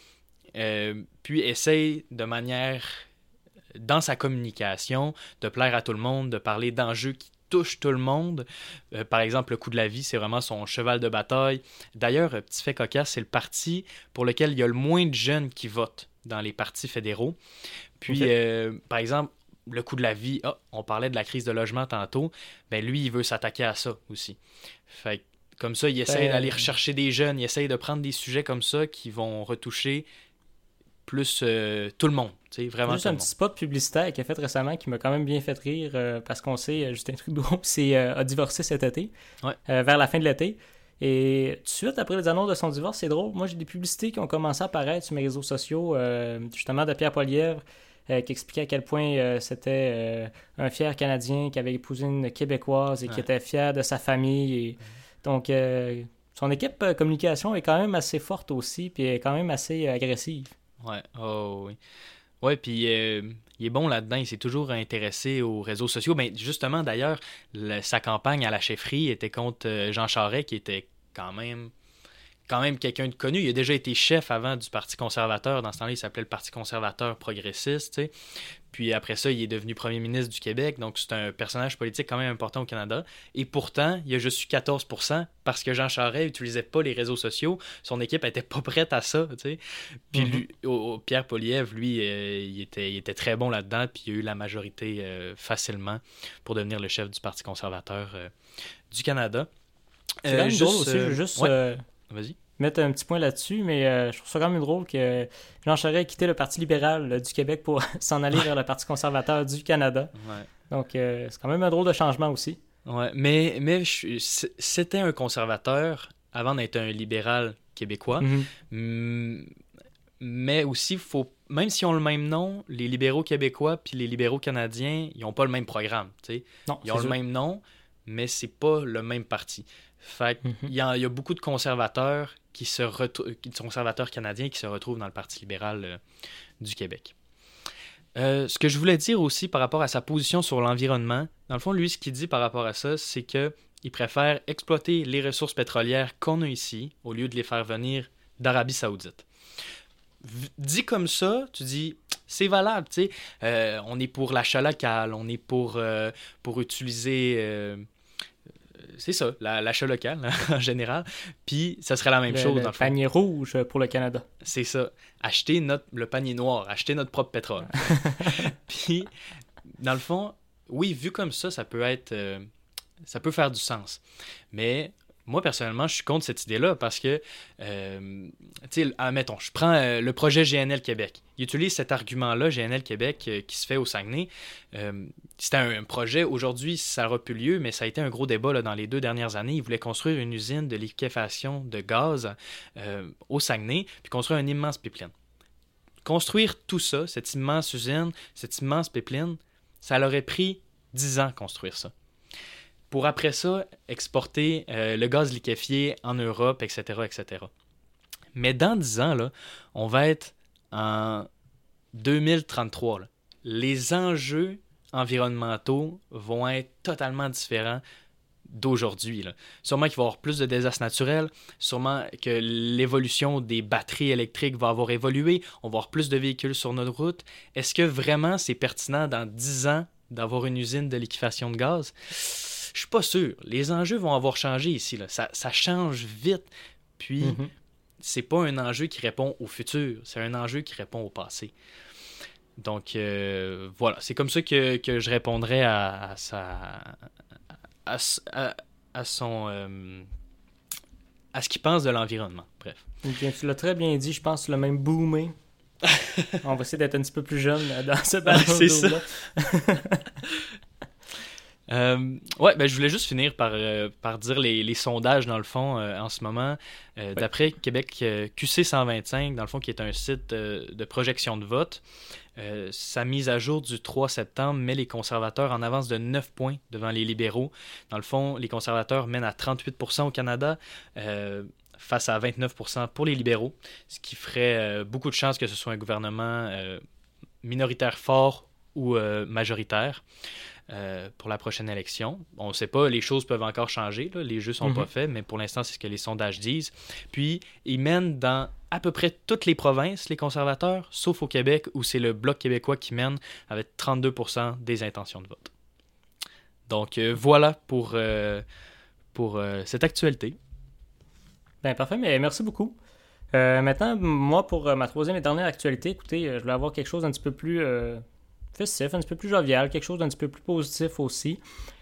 essaye de manière, dans sa communication, de plaire à tout le monde, de parler d'enjeux qui touchent tout le monde. Par exemple, le coût de la vie, c'est vraiment son cheval de bataille. D'ailleurs, petit fait cocasse, c'est le parti pour lequel il y a le moins de jeunes qui votent dans les partis fédéraux. Puis, par exemple, le coût de la vie, on parlait de la crise de logement tantôt, ben lui, il veut s'attaquer à ça aussi. Fait que, comme ça, il essaie d'aller rechercher des jeunes, il essaie de prendre des sujets comme ça qui vont retoucher plus tout le monde. Vraiment juste un petit spot publicitaire qu'il a fait récemment qui m'a quand même bien fait rire parce qu'on sait, Justin Trudeau a divorcé cet été, vers la fin de l'été. Et tout de suite, après les annonces de son divorce, c'est drôle. Moi, j'ai des publicités qui ont commencé à apparaître sur mes réseaux sociaux, justement de Pierre Poilievre, qui expliquait à quel point c'était un fier Canadien qui avait épousé une Québécoise et qui était fier de sa famille. Et donc, son équipe communication est quand même assez forte aussi, puis est quand même assez agressive. Oui. Ouais, puis il est bon là-dedans, il s'est toujours intéressé aux réseaux sociaux. Ben, justement, d'ailleurs, sa campagne à la chefferie était contre Jean Charest, qui était quand même quelqu'un de connu. Il a déjà été chef avant du Parti conservateur. Dans ce temps-là, il s'appelait le Parti conservateur progressiste, tu sais. Puis après ça, il est devenu premier ministre du Québec. Donc, c'est un personnage politique quand même important au Canada. Et pourtant, il a juste eu 14% parce que Jean Charest n'utilisait pas les réseaux sociaux. Son équipe n'était pas prête à ça, tu sais. Puis lui, Pierre Poilievre, lui, il était très bon là-dedans. Puis il a eu la majorité facilement pour devenir le chef du Parti conservateur du Canada. C'est quand même drôle aussi. Je veux juste Vas-y. Mettre un petit point là-dessus, mais je trouve ça quand même drôle que Jean Charest ait quitté le Parti libéral du Québec pour s'en aller vers le Parti conservateur du Canada. Donc, c'est quand même un drôle de changement aussi. Mais c'était un conservateur avant d'être un libéral québécois. Mais aussi, même s'ils ont le même nom, les libéraux québécois puis les libéraux canadiens, ils n'ont pas le même programme. Non, ils ont le même nom, mais c'est pas le même parti. Fait il y a beaucoup de conservateurs conservateurs canadiens qui se retrouvent dans le Parti libéral du Québec. Ce que je voulais dire aussi par rapport à sa position sur l'environnement, dans le fond, lui, ce qu'il dit par rapport à ça, c'est qu'il préfère exploiter les ressources pétrolières qu'on a ici au lieu de les faire venir d'Arabie Saoudite. Dit comme ça, tu dis, c'est valable, tu sais. On est pour l'achat local, on est pour utiliser... c'est ça, l'achat local en général. Puis ça serait la même chose. Le panier rouge pour le Canada. C'est ça. Acheter le panier noir, acheter notre propre pétrole. Puis, dans le fond, oui, vu comme ça peut être... ça peut faire du sens. Mais moi, personnellement, je suis contre cette idée-là parce que, tu sais, admettons, je prends le projet GNL Québec. Il utilise cet argument-là, GNL Québec, qui se fait au Saguenay. C'était un projet, aujourd'hui, ça n'aura plus lieu, mais ça a été un gros débat là, dans les 2 dernières années. Ils voulaient construire une usine de liquéfaction de gaz au Saguenay, puis construire un immense pipeline. Construire tout ça, cette immense usine, cette immense pipeline, ça leur aurait pris 10 ans construire ça. Pour après ça, exporter le gaz liquéfié en Europe, etc., etc. Mais dans 10 ans, là, on va être en 2033. Là. Les enjeux environnementaux vont être totalement différents d'aujourd'hui. Là. Sûrement qu'il va y avoir plus de désastres naturels, sûrement que l'évolution des batteries électriques va avoir évolué, on va avoir plus de véhicules sur notre route. Est-ce que vraiment c'est pertinent dans 10 ans d'avoir une usine de liquéfaction de gaz? Je suis pas sûr. Les enjeux vont avoir changé ici. Là. Ça change vite. Puis, c'est pas un enjeu qui répond au futur. C'est un enjeu qui répond au passé. Donc, voilà. C'est comme ça que je répondrais à ce qu'il pense de l'environnement. Bref. Bien, tu l'as très bien dit. Je pense que tu l'as même boomé. On va essayer d'être un petit peu plus jeune dans ce balado. C'est ça. Ouais, ben je voulais juste finir par dire les sondages, dans le fond, en ce moment. D'après Québec QC 125, dans le fond, qui est un site de projection de vote, sa mise à jour du 3 septembre met les conservateurs en avance de 9 points devant les libéraux. Dans le fond, les conservateurs mènent à 38% au Canada, face à 29% pour les libéraux, ce qui ferait beaucoup de chances que ce soit un gouvernement minoritaire fort ou majoritaire pour la prochaine élection. On ne sait pas, les choses peuvent encore changer, là, les jeux ne sont pas faits, mais pour l'instant, c'est ce que les sondages disent. Puis, ils mènent dans à peu près toutes les provinces, les conservateurs, sauf au Québec, où c'est le Bloc québécois qui mène avec 32% des intentions de vote. Donc, voilà pour cette actualité. Ben parfait, mais merci beaucoup. Maintenant, moi, pour ma troisième et dernière actualité, écoutez, je voulais avoir quelque chose d'un petit peu plus festif, un petit peu plus jovial, quelque chose d'un petit peu plus positif aussi.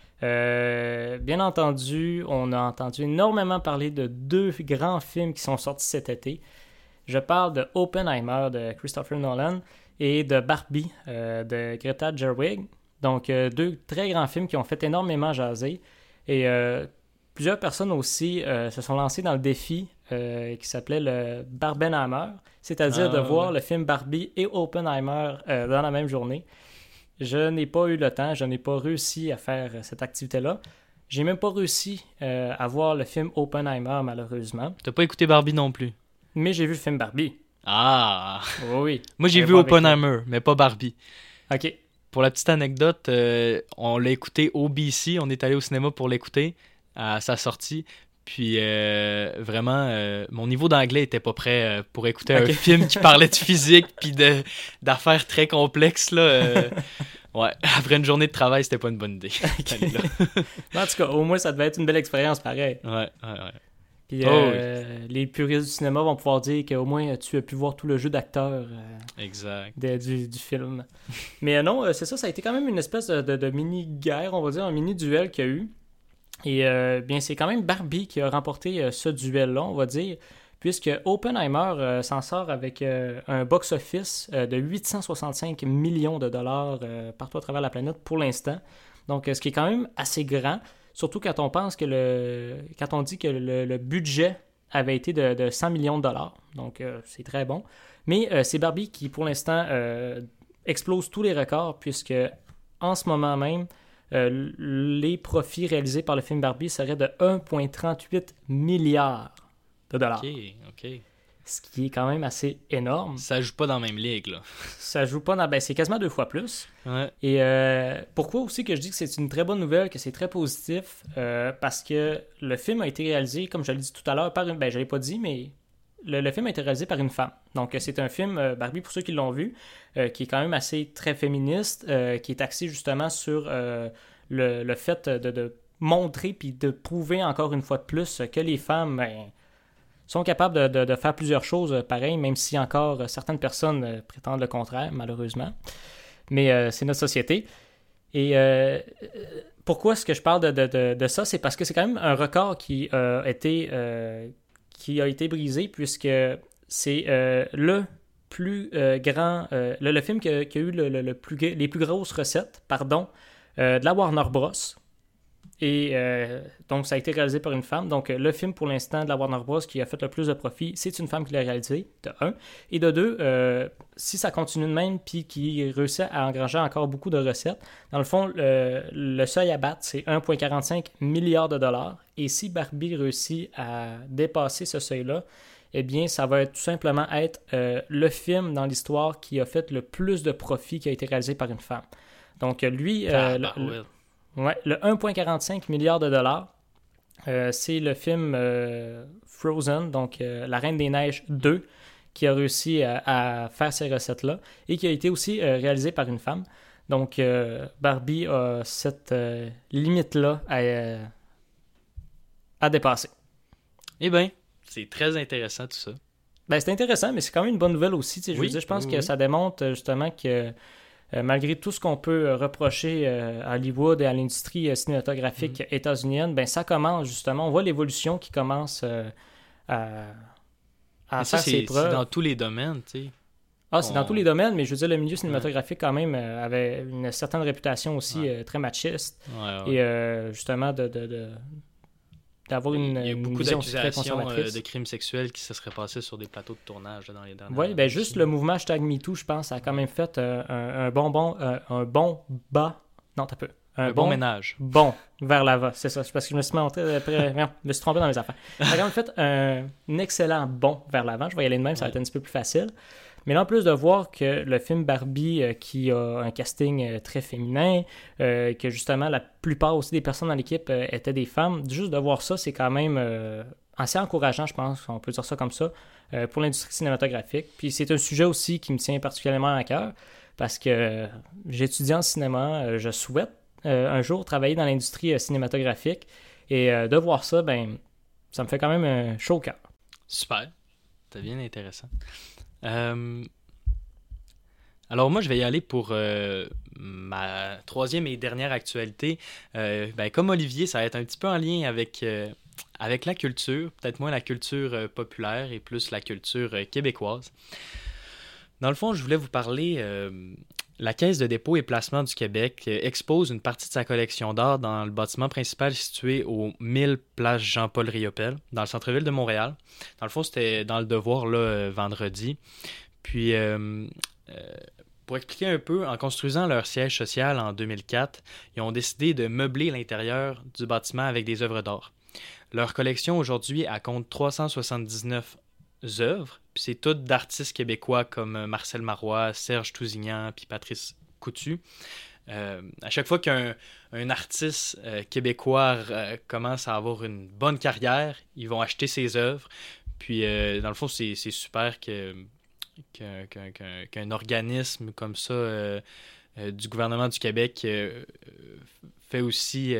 Bien entendu, on a entendu énormément parler de deux grands films qui sont sortis cet été. Je parle de Oppenheimer de Christopher Nolan et de Barbie de Greta Gerwig. Donc, deux très grands films qui ont fait énormément jaser. Et plusieurs personnes aussi se sont lancées dans le défi qui s'appelait le Barbenheimer, c'est-à-dire de voir le film Barbie et Oppenheimer dans la même journée. Je n'ai pas eu le temps, je n'ai pas réussi à faire cette activité-là. J'ai même pas réussi à voir le film Oppenheimer, malheureusement. T'as pas écouté Barbie non plus? Mais j'ai vu le film Barbie. Ah! Oh, oui. Moi, j'ai vu Oppenheimer, mais pas Barbie. OK. Pour la petite anecdote, on l'a écouté au BC. On est allé au cinéma pour l'écouter à sa sortie. Puis vraiment, mon niveau d'anglais était pas prêt pour écouter un film qui parlait de physique puis d'affaires très complexes. Là, ouais, après une journée de travail, c'était pas une bonne idée. Okay. En tout cas, au moins, ça devait être une belle expérience pareil. Ouais. Puis les puristes du cinéma vont pouvoir dire qu'au moins tu as pu voir tout le jeu d'acteurs exact. Du film. Mais non, c'est ça, ça a été quand même une espèce de mini-guerre, on va dire, un mini-duel qu'il y a eu. Et bien, c'est quand même Barbie qui a remporté ce duel-là, on va dire, puisque Oppenheimer s'en sort avec un box-office de 865 millions de dollars partout à travers la planète pour l'instant. Donc, ce qui est quand même assez grand, surtout quand on pense que quand on dit que le budget avait été de 100 millions de dollars. Donc, c'est très bon. Mais c'est Barbie qui, pour l'instant, explose tous les records, puisque en ce moment même, les profits réalisés par le film Barbie seraient de 1,38 milliard de dollars. OK. Ce qui est quand même assez énorme. Ça joue pas dans la même ligue, là. Ça joue pas dans... Ben, c'est quasiment 2 fois plus. Ouais. Et pourquoi aussi que je dis que c'est une très bonne nouvelle, que c'est très positif, parce que le film a été réalisé, comme je l'ai dit tout à l'heure, par une... Ben, je l'ai pas dit, mais... Le film a été réalisé par une femme. Donc, c'est un film, Barbie, pour ceux qui l'ont vu, qui est quand même assez très féministe, qui est axé justement sur le fait de montrer puis de prouver encore une fois de plus que les femmes sont capables de faire plusieurs choses pareilles, même si encore certaines personnes prétendent le contraire, malheureusement. Mais c'est notre société. Et pourquoi est-ce que je parle de ça? C'est parce que c'est quand même un record qui a été brisé, puisque c'est le plus grand... le film qui a eu les plus grosses recettes, de la Warner Bros. Et donc, ça a été réalisé par une femme. Donc, le film, pour l'instant, de la Warner Bros. Qui a fait le plus de profit, c'est une femme qui l'a réalisé, de 1. Et de 2, si ça continue de même, puis qu'il réussit à engranger encore beaucoup de recettes, dans le fond, le seuil à battre, c'est 1,45 milliard de dollars. Et si Barbie réussit à dépasser ce seuil-là, eh bien, ça va tout simplement être le film dans l'histoire qui a fait le plus de profit qui a été réalisé par une femme. Donc, lui... le 1,45 milliard de dollars, c'est le film Frozen, donc La Reine des Neiges 2, qui a réussi à faire ces recettes-là et qui a été aussi réalisé par une femme. Donc, Barbie a cette limite-là à dépasser. Eh bien, c'est très intéressant tout ça. Ben, c'est intéressant, mais c'est quand même une bonne nouvelle aussi. Je veux dire, je pense que ça démontre justement que malgré tout ce qu'on peut reprocher à Hollywood et à l'industrie cinématographique états-unienne, ben, ça commence justement. On voit l'évolution qui commence à faire ses preuves. C'est dans tous les domaines, tu sais. Ah, c'est dans tous les domaines, mais je veux dire, le milieu cinématographique, quand même, avait une certaine réputation aussi très machiste. Et justement, d'avoir il y a une beaucoup vision très d'accusations conservatrice. de crimes sexuels qui se seraient passés sur des plateaux de tournage dans les dernières Oui, années. ben juste le mouvement #MeToo, je pense, a quand même fait un bon bas. Non, t'as peu. Un bon ménage. Bon, vers l'avant, c'est ça. C'est parce que je me suis montré après. Je me suis trompé dans mes affaires. Ça a quand même fait un excellent bond vers l'avant. Je vais y aller de même, ça va être un petit peu plus facile. Mais là, en plus de voir que le film Barbie, qui a un casting très féminin, que justement la plupart aussi des personnes dans l'équipe étaient des femmes, juste de voir ça, c'est quand même assez encourageant, je pense, on peut dire ça comme ça, pour l'industrie cinématographique. Puis c'est un sujet aussi qui me tient particulièrement à cœur, parce que j'étudie en cinéma, je souhaite un jour travailler dans l'industrie cinématographique, et de voir ça, ben, ça me fait quand même chaud au cœur. Super, c'est bien intéressant. Alors moi je vais y aller pour ma troisième et dernière actualité. Comme Olivier, ça va être un petit peu en lien avec la culture, peut-être moins la culture populaire et plus la culture québécoise. Dans le fond, je voulais vous parler, la Caisse de dépôt et placement du Québec expose une partie de sa collection d'art dans le bâtiment principal situé au 1000 place Jean-Paul Riopelle, dans le centre-ville de Montréal. Dans le fond, c'était dans le Devoir là, vendredi. Puis, pour expliquer un peu, en construisant leur siège social en 2004, ils ont décidé de meubler l'intérieur du bâtiment avec des œuvres d'art. Leur collection aujourd'hui, elle compte 379 œuvres, puis c'est toutes d'artistes québécois comme Marcel Marois, Serge Tousignan, puis Patrice Coutu. À chaque fois qu'un artiste québécois commence à avoir une bonne carrière, ils vont acheter ses œuvres. Puis, dans le fond, c'est super qu'un organisme comme ça du gouvernement du Québec fait aussi,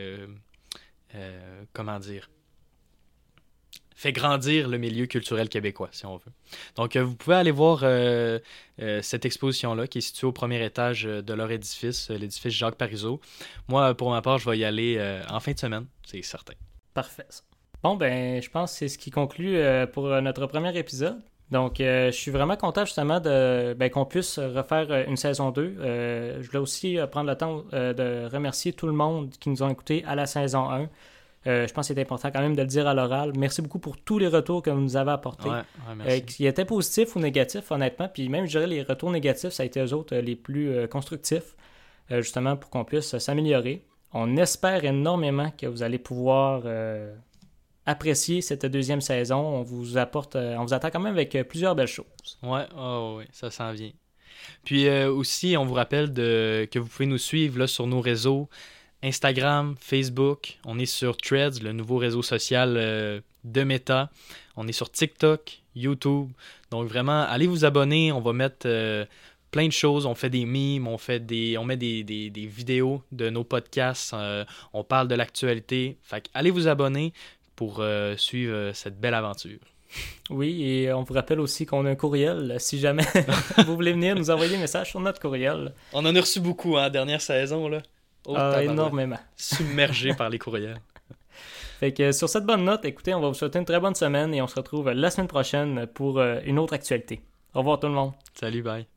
comment dire, fait grandir le milieu culturel québécois, si on veut. Donc, vous pouvez aller voir cette exposition-là, qui est située au premier étage de leur édifice, l'édifice Jacques Parizeau. Moi, pour ma part, je vais y aller en fin de semaine, c'est certain. Parfait. Bon, ben, je pense que c'est ce qui conclut pour notre premier épisode. Donc, je suis vraiment content justement qu'on puisse refaire une saison 2. Je voulais aussi prendre le temps de remercier tout le monde qui nous a écoutés à la saison 1. Je pense que c'est important quand même de le dire à l'oral. Merci beaucoup pour tous les retours que vous nous avez apportés. Merci. Qui étaient positifs ou négatifs, honnêtement. Puis même, je dirais, les retours négatifs, ça a été eux autres les plus constructifs, justement pour qu'on puisse s'améliorer. On espère énormément que vous allez pouvoir apprécier cette deuxième saison. On vous attend quand même avec plusieurs belles choses. Ouais, ça s'en vient. Puis aussi, on vous rappelle que vous pouvez nous suivre là, sur nos réseaux Instagram, Facebook. On est sur Threads, le nouveau réseau social de Meta. On est sur TikTok, YouTube. Donc vraiment, allez vous abonner. On va mettre plein de choses. On fait des memes, on met des vidéos de nos podcasts. On parle de l'actualité. Fait que allez vous abonner pour suivre cette belle aventure. Oui, et on vous rappelle aussi qu'on a un courriel. Si jamais vous voulez venir nous envoyer des messages sur notre courriel. On en a reçu beaucoup, hein, dernière saison, là. Énormément. Submergé par les courriels. Fait que sur cette bonne note, écoutez, on va vous souhaiter une très bonne semaine et on se retrouve la semaine prochaine pour une autre actualité. Au revoir tout le monde. Salut, bye.